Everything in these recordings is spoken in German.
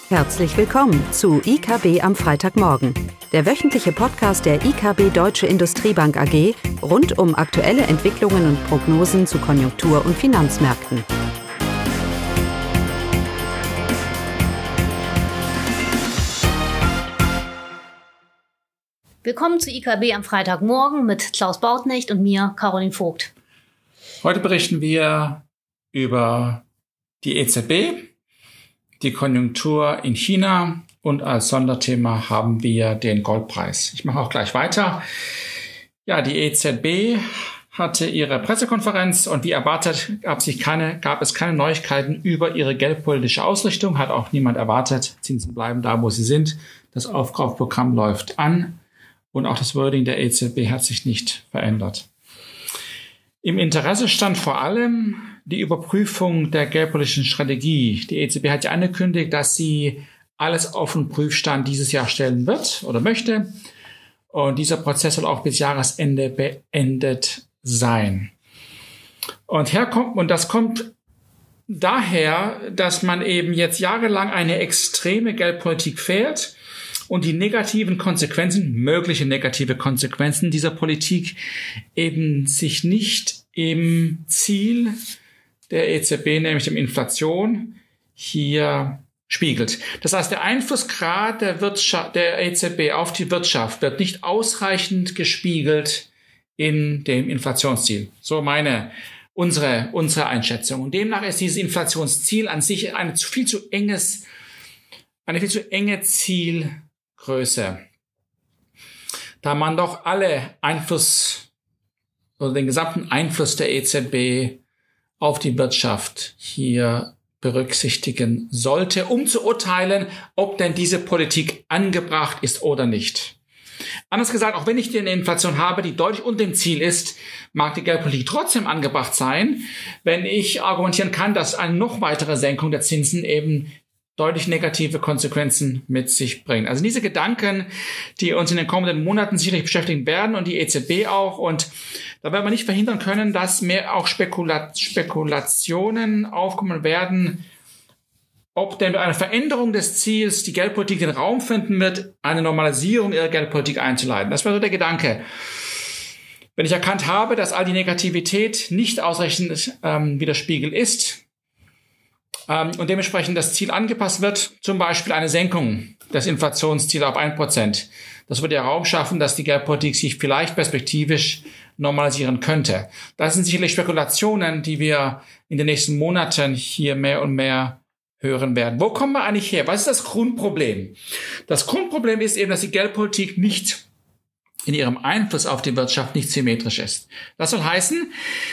Herzlich willkommen zu IKB am Freitagmorgen, der wöchentliche Podcast der IKB Deutsche Industriebank AG rund um aktuelle Entwicklungen und Prognosen zu Konjunktur- und Finanzmärkten. Willkommen zu IKB am Freitagmorgen mit Klaus Bautnecht und mir, Caroline Vogt. Heute berichten wir über die EZB, die Konjunktur in China und als Sonderthema haben wir den Goldpreis. Ich mache auch gleich weiter. Ja, die EZB hatte ihre Pressekonferenz und wie erwartet gab es keine Neuigkeiten über ihre geldpolitische Ausrichtung. Hat auch niemand erwartet. Zinsen bleiben da, wo sie sind. Das Aufkaufprogramm läuft an und auch das Wording der EZB hat sich nicht verändert. Im Interesse stand vor allem die Überprüfung der geldpolitischen Strategie. Die EZB hat ja angekündigt, dass sie alles auf den Prüfstand dieses Jahr stellen wird oder möchte. Und dieser Prozess soll auch bis Jahresende beendet sein. Und das kommt daher, dass man eben jetzt jahrelang eine extreme Geldpolitik fährt und die mögliche negative Konsequenzen dieser Politik eben sich nicht im Ziel der EZB, nämlich der Inflation, hier spiegelt. Das heißt, der Einflussgrad der EZB auf die Wirtschaft wird nicht ausreichend gespiegelt in dem Inflationsziel. So unsere Einschätzung. Und demnach ist dieses Inflationsziel an sich eine viel zu enge Zielgröße. Da man doch den gesamten Einfluss der EZB auf die Wirtschaft hier berücksichtigen sollte, um zu urteilen, ob denn diese Politik angebracht ist oder nicht. Anders gesagt, auch wenn ich eine Inflation habe, die deutlich unter dem Ziel ist, mag die Geldpolitik trotzdem angebracht sein, wenn ich argumentieren kann, dass eine noch weitere Senkung der Zinsen eben deutlich negative Konsequenzen mit sich bringen. Also diese Gedanken, die uns in den kommenden Monaten sicherlich beschäftigen werden und die EZB auch. Und da werden wir nicht verhindern können, dass mehr auch Spekulationen aufkommen werden, ob denn bei einer Veränderung des Ziels die Geldpolitik den Raum finden wird, eine Normalisierung ihrer Geldpolitik einzuleiten. Das war so der Gedanke. Wenn ich erkannt habe, dass all die Negativität nicht ausreichend widerspiegelt ist, und dementsprechend das Ziel angepasst wird, zum Beispiel eine Senkung des Inflationsziels auf 1%. Das würde ja Raum schaffen, dass die Geldpolitik sich vielleicht perspektivisch normalisieren könnte. Das sind sicherlich Spekulationen, die wir in den nächsten Monaten hier mehr und mehr hören werden. Wo kommen wir eigentlich her? Was ist das Grundproblem? Das Grundproblem ist eben, dass die Geldpolitik nicht in ihrem Einfluss auf die Wirtschaft nicht symmetrisch ist. Das soll heißen,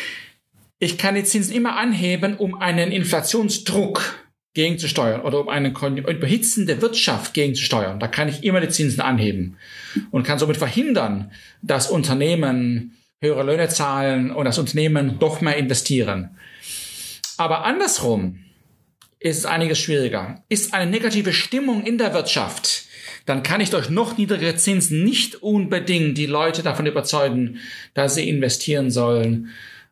ich kann die Zinsen immer anheben, um einen Inflationsdruck gegenzusteuern oder um eine überhitzende Wirtschaft gegenzusteuern. Da kann ich immer die Zinsen anheben und kann somit verhindern, dass Unternehmen höhere Löhne zahlen und dass Unternehmen doch mehr investieren. Aber andersrum ist es einiges schwieriger. Ist eine negative Stimmung in der Wirtschaft, dann kann ich durch noch niedrigere Zinsen nicht unbedingt die Leute davon überzeugen, dass sie investieren sollen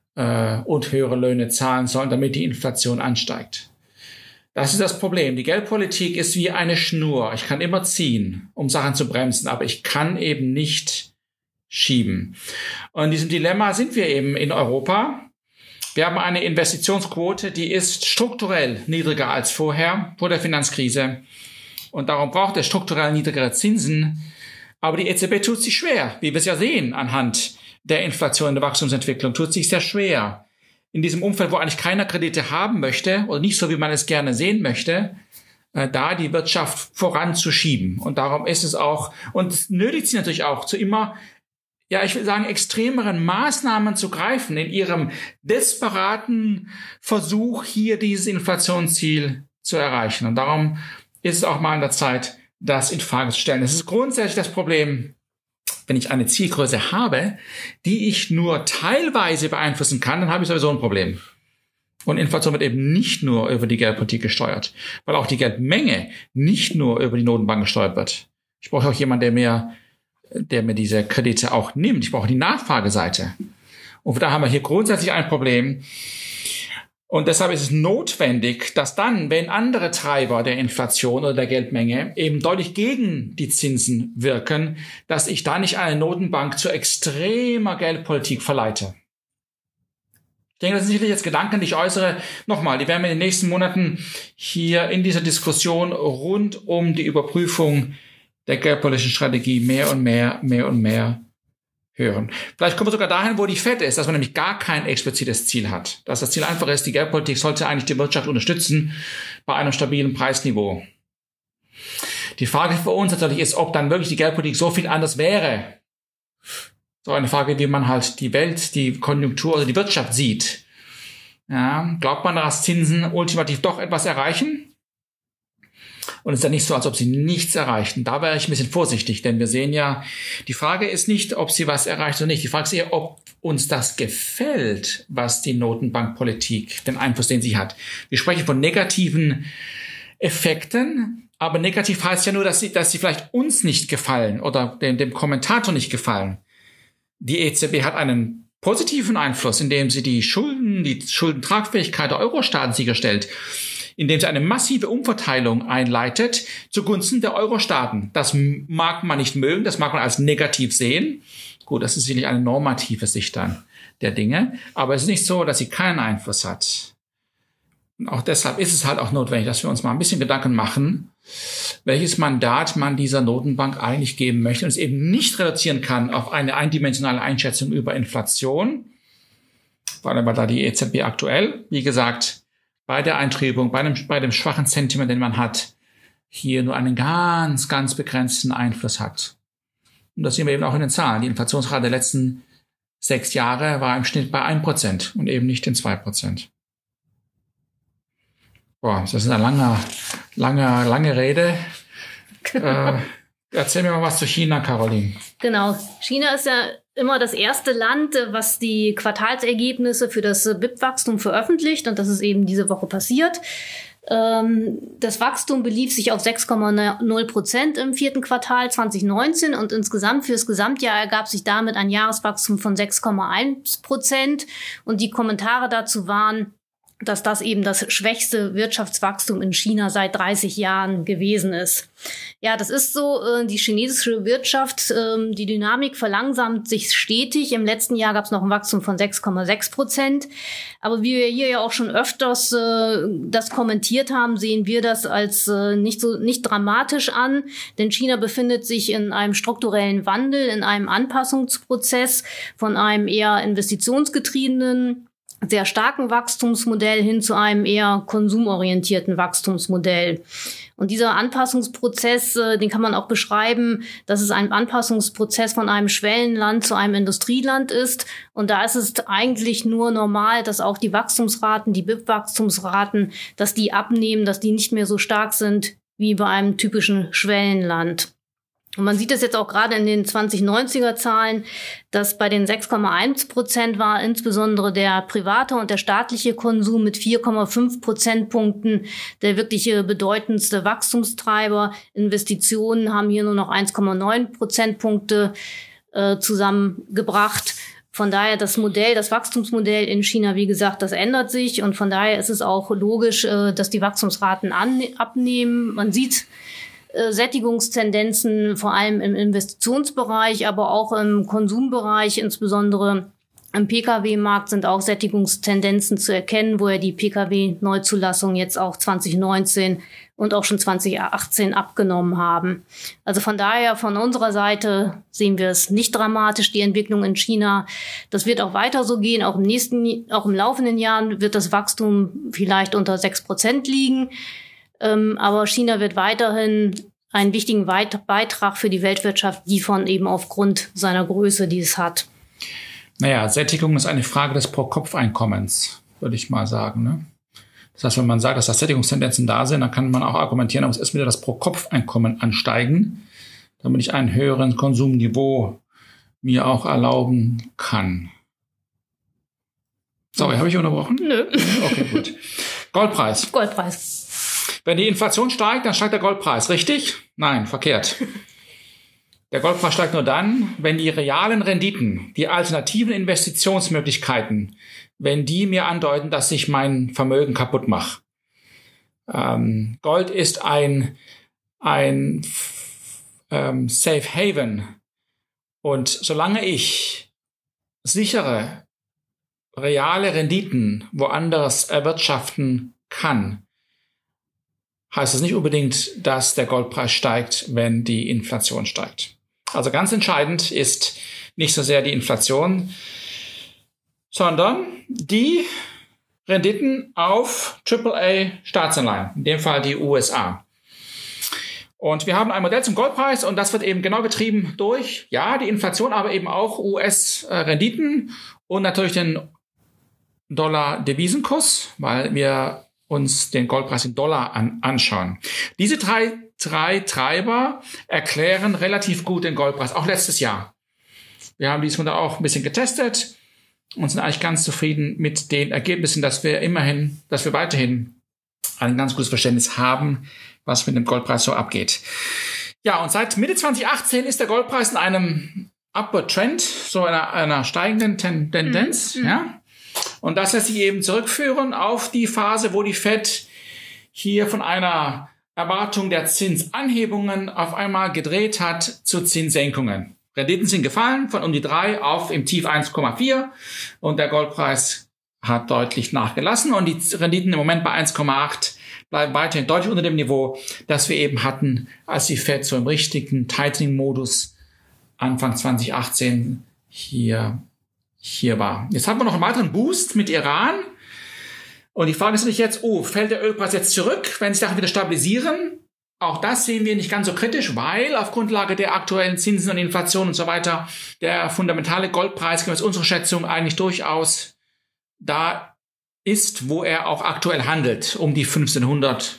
und höhere Löhne zahlen sollen, damit die Inflation ansteigt. Das ist das Problem. Die Geldpolitik ist wie eine Schnur. Ich kann immer ziehen, um Sachen zu bremsen, aber ich kann eben nicht schieben. Und in diesem Dilemma sind wir eben in Europa. Wir haben eine Investitionsquote, die ist strukturell niedriger als vor der Finanzkrise. Und darum braucht es strukturell niedrigere Zinsen. Aber die EZB tut sich schwer, wie wir es ja sehen anhand der Inflation, der Wachstumsentwicklung, tut sich sehr schwer. In diesem Umfeld, wo eigentlich keiner Kredite haben möchte oder nicht so, wie man es gerne sehen möchte, da die Wirtschaft voranzuschieben. Und darum ist es auch, und es nötigt sie natürlich auch zu immer, ich will sagen, extremeren Maßnahmen zu greifen in ihrem desperaten Versuch, hier dieses Inflationsziel zu erreichen. Und darum ist es auch mal an der Zeit, das in Frage zu stellen. Das ist grundsätzlich das Problem, wenn ich eine Zielgröße habe, die ich nur teilweise beeinflussen kann, dann habe ich sowieso ein Problem. Und Inflation wird eben nicht nur über die Geldpolitik gesteuert, weil auch die Geldmenge nicht nur über die Notenbank gesteuert wird. Ich brauche auch jemanden, der mir diese Kredite auch nimmt. Ich brauche die Nachfrageseite. Und da haben wir hier grundsätzlich ein Problem. Und deshalb ist es notwendig, dass dann, wenn andere Treiber der Inflation oder der Geldmenge eben deutlich gegen die Zinsen wirken, dass ich da nicht eine Notenbank zu extremer Geldpolitik verleite. Ich denke, das sind sicherlich jetzt Gedanken, die ich äußere. Nochmal, die werden wir in den nächsten Monaten hier in dieser Diskussion rund um die Überprüfung der geldpolitischen Strategie mehr und mehr hören. Vielleicht kommen wir sogar dahin, wo die FED ist, dass man nämlich gar kein explizites Ziel hat. Dass das Ziel einfach ist, die Geldpolitik sollte eigentlich die Wirtschaft unterstützen bei einem stabilen Preisniveau. Die Frage für uns natürlich ist, ob dann wirklich die Geldpolitik so viel anders wäre. So eine Frage, wie man halt die Welt, die Konjunktur oder die Wirtschaft sieht. Ja, glaubt man, dass Zinsen ultimativ doch etwas erreichen? Und es ist ja nicht so, als ob sie nichts erreichten. Da wäre ich ein bisschen vorsichtig, denn wir sehen ja, die Frage ist nicht, ob sie was erreicht oder nicht. Die Frage ist eher, ob uns das gefällt, was die Notenbankpolitik, den Einfluss, den sie hat. Wir sprechen von negativen Effekten, aber negativ heißt ja nur, dass sie vielleicht uns nicht gefallen oder dem Kommentator nicht gefallen. Die EZB hat einen positiven Einfluss, indem sie die Schuldentragfähigkeit der Euro-Staaten sicherstellt, indem sie eine massive Umverteilung einleitet zugunsten der Euro-Staaten. Das mag man nicht mögen, das mag man als negativ sehen. Gut, das ist sicherlich eine normative Sicht dann der Dinge, aber es ist nicht so, dass sie keinen Einfluss hat. Und auch deshalb ist es halt auch notwendig, dass wir uns mal ein bisschen Gedanken machen, welches Mandat man dieser Notenbank eigentlich geben möchte und es eben nicht reduzieren kann auf eine eindimensionale Einschätzung über Inflation. Vor allem war da die EZB aktuell, wie gesagt, bei der Eintrübung, bei dem schwachen Sentiment, den man hat, hier nur einen ganz, ganz begrenzten Einfluss hat. Und das sehen wir eben auch in den Zahlen. Die Inflationsrate der letzten 6 Jahre war im Schnitt bei 1% und eben nicht in 2%. Boah, das ist eine lange Rede. Erzähl mir mal was zu China, Caroline. Genau. China ist ja immer das erste Land, was die Quartalsergebnisse für das BIP-Wachstum veröffentlicht. Und das ist eben diese Woche passiert. Das Wachstum belief sich auf 6,0% im 4. Quartal 2019 und insgesamt für das Gesamtjahr ergab sich damit ein Jahreswachstum von 6,1%. Und die Kommentare dazu waren, dass das eben das schwächste Wirtschaftswachstum in China seit 30 Jahren gewesen ist. Ja, das ist so. Die chinesische Wirtschaft, die Dynamik verlangsamt sich stetig. Im letzten Jahr gab es noch ein Wachstum von 6,6%. Aber wie wir hier ja auch schon öfters das kommentiert haben, sehen wir das als nicht dramatisch an. Denn China befindet sich in einem strukturellen Wandel, in einem Anpassungsprozess von einem eher investitionsgetriebenen, sehr starken Wachstumsmodell hin zu einem eher konsumorientierten Wachstumsmodell. Und dieser Anpassungsprozess, den kann man auch beschreiben, dass es ein Anpassungsprozess von einem Schwellenland zu einem Industrieland ist. Und da ist es eigentlich nur normal, dass auch die Wachstumsraten, die BIP-Wachstumsraten, dass die abnehmen, dass die nicht mehr so stark sind wie bei einem typischen Schwellenland. Und man sieht es jetzt auch gerade in den 2090er Zahlen, dass bei den 6,1% war insbesondere der private und der staatliche Konsum mit 4,5 Prozentpunkten der wirkliche bedeutendste Wachstumstreiber. Investitionen haben hier nur noch 1,9 Prozentpunkte zusammengebracht. Von daher das Wachstumsmodell in China, wie gesagt, das ändert sich. Und von daher ist es auch logisch, dass die Wachstumsraten abnehmen. Man sieht Sättigungstendenzen, vor allem im Investitionsbereich, aber auch im Konsumbereich, insbesondere im Pkw-Markt sind auch Sättigungstendenzen zu erkennen, wo ja die Pkw-Neuzulassungen jetzt auch 2019 und auch schon 2018 abgenommen haben. Also von daher, von unserer Seite sehen wir es nicht dramatisch, die Entwicklung in China. Das wird auch weiter so gehen. Auch im laufenden Jahren wird das Wachstum vielleicht unter 6% liegen. Aber China wird weiterhin einen wichtigen Beitrag für die Weltwirtschaft liefern, eben aufgrund seiner Größe, die es hat. Naja, Sättigung ist eine Frage des Pro-Kopf-Einkommens, würde ich mal sagen. Ne? Das heißt, wenn man sagt, dass da Sättigungstendenzen da sind, dann kann man auch argumentieren, da muss erst wieder das Pro-Kopf-Einkommen ansteigen, damit ich einen höheren Konsumniveau mir auch erlauben kann. Sorry, habe ich unterbrochen? Nö. Okay, gut. Goldpreis. Wenn die Inflation steigt, dann steigt der Goldpreis, richtig? Nein, verkehrt. Der Goldpreis steigt nur dann, wenn die realen Renditen, die alternativen Investitionsmöglichkeiten wenn die mir andeuten, dass ich mein Vermögen kaputt mache. Gold ist ein Safe Haven. Und solange ich sichere, reale Renditen woanders erwirtschaften kann, heißt es nicht unbedingt, dass der Goldpreis steigt, wenn die Inflation steigt. Also ganz entscheidend ist nicht so sehr die Inflation, sondern die Renditen auf AAA-Staatsanleihen, in dem Fall die USA. Und wir haben ein Modell zum Goldpreis und das wird eben genau getrieben durch, ja, die Inflation, aber eben auch US-Renditen und natürlich den Dollar-Devisenkurs, weil wir uns den Goldpreis in Dollar anschauen. Diese drei Treiber erklären relativ gut den Goldpreis, auch letztes Jahr. Wir haben dieses Modell auch ein bisschen getestet und sind eigentlich ganz zufrieden mit den Ergebnissen, dass wir weiterhin ein ganz gutes Verständnis haben, was mit dem Goldpreis so abgeht. Ja, und seit Mitte 2018 ist der Goldpreis in einem Upward Trend, so einer steigenden Tendenz, ja. Und das lässt sich eben zurückführen auf die Phase, wo die Fed hier von einer Erwartung der Zinsanhebungen auf einmal gedreht hat zu Zinssenkungen. Renditen sind gefallen von um die 3 auf im Tief 1,4 und der Goldpreis hat deutlich nachgelassen und die Renditen im Moment bei 1,8 bleiben weiterhin deutlich unter dem Niveau, das wir eben hatten, als die Fed so im richtigen Tightening-Modus Anfang 2018 hier war. Jetzt haben wir noch einen weiteren Boost mit Iran. Und die Frage ist natürlich jetzt, fällt der Ölpreis jetzt zurück, wenn sich Sachen wieder stabilisieren? Auch das sehen wir nicht ganz so kritisch, weil auf Grundlage der aktuellen Zinsen und Inflation und so weiter der fundamentale Goldpreis gemäß unserer Schätzung eigentlich durchaus da ist, wo er auch aktuell handelt, um die $1.500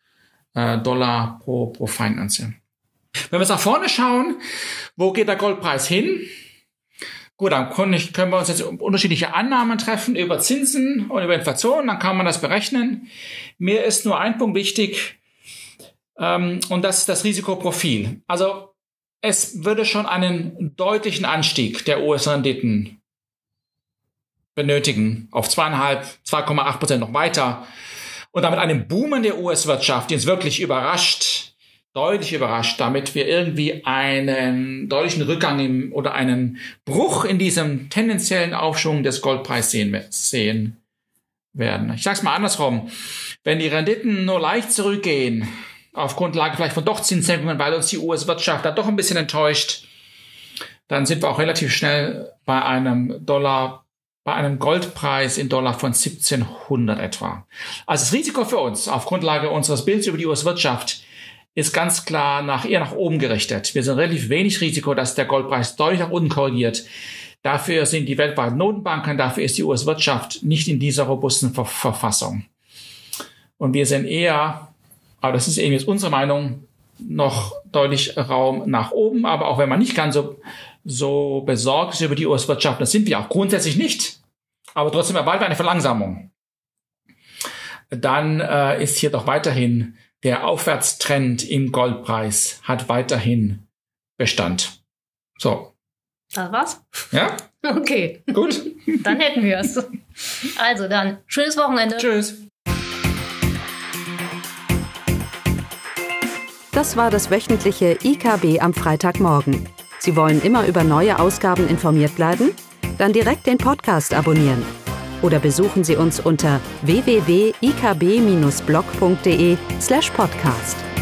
pro Feinunze. Wenn wir jetzt nach vorne schauen, wo geht der Goldpreis hin? Gut, dann können wir uns jetzt unterschiedliche Annahmen treffen über Zinsen und über Inflation, dann kann man das berechnen. Mir ist nur ein Punkt wichtig, und das ist das Risikoprofil. Also es würde schon einen deutlichen Anstieg der US-Renditen benötigen, auf 2,8% noch weiter. Und damit einem Boomen der US-Wirtschaft, die uns wirklich deutlich überrascht, damit wir irgendwie einen deutlichen Rückgang oder einen Bruch in diesem tendenziellen Aufschwung des Goldpreises sehen werden. Ich sage es mal andersrum. Wenn die Renditen nur leicht zurückgehen, auf Grundlage vielleicht von doch Zinssenkungen, weil uns die US-Wirtschaft da doch ein bisschen enttäuscht, dann sind wir auch relativ schnell bei einem Goldpreis in Dollar von 1700 etwa. Also das Risiko für uns auf Grundlage unseres Bildes über die US-Wirtschaft ist ganz klar eher nach oben gerichtet. Wir sind relativ wenig Risiko, dass der Goldpreis deutlich nach unten korrigiert. Dafür sind die weltweiten Notenbanken, dafür ist die US-Wirtschaft nicht in dieser robusten Verfassung. Und wir sind eher, aber das ist eben jetzt unsere Meinung, noch deutlich Raum nach oben. Aber auch wenn man nicht ganz so besorgt ist über die US-Wirtschaft, das sind wir auch grundsätzlich nicht, aber trotzdem erwarten wir eine Verlangsamung. Dann ist hier doch weiterhin der Aufwärtstrend im Goldpreis hat weiterhin Bestand. So. Das war's? Ja? Okay. Gut. Dann hätten wir es. Also dann, schönes Wochenende. Tschüss. Das war das wöchentliche IKB am Freitagmorgen. Sie wollen immer über neue Ausgaben informiert bleiben? Dann direkt den Podcast abonnieren. Oder besuchen Sie uns unter www.ikb-blog.de/podcast.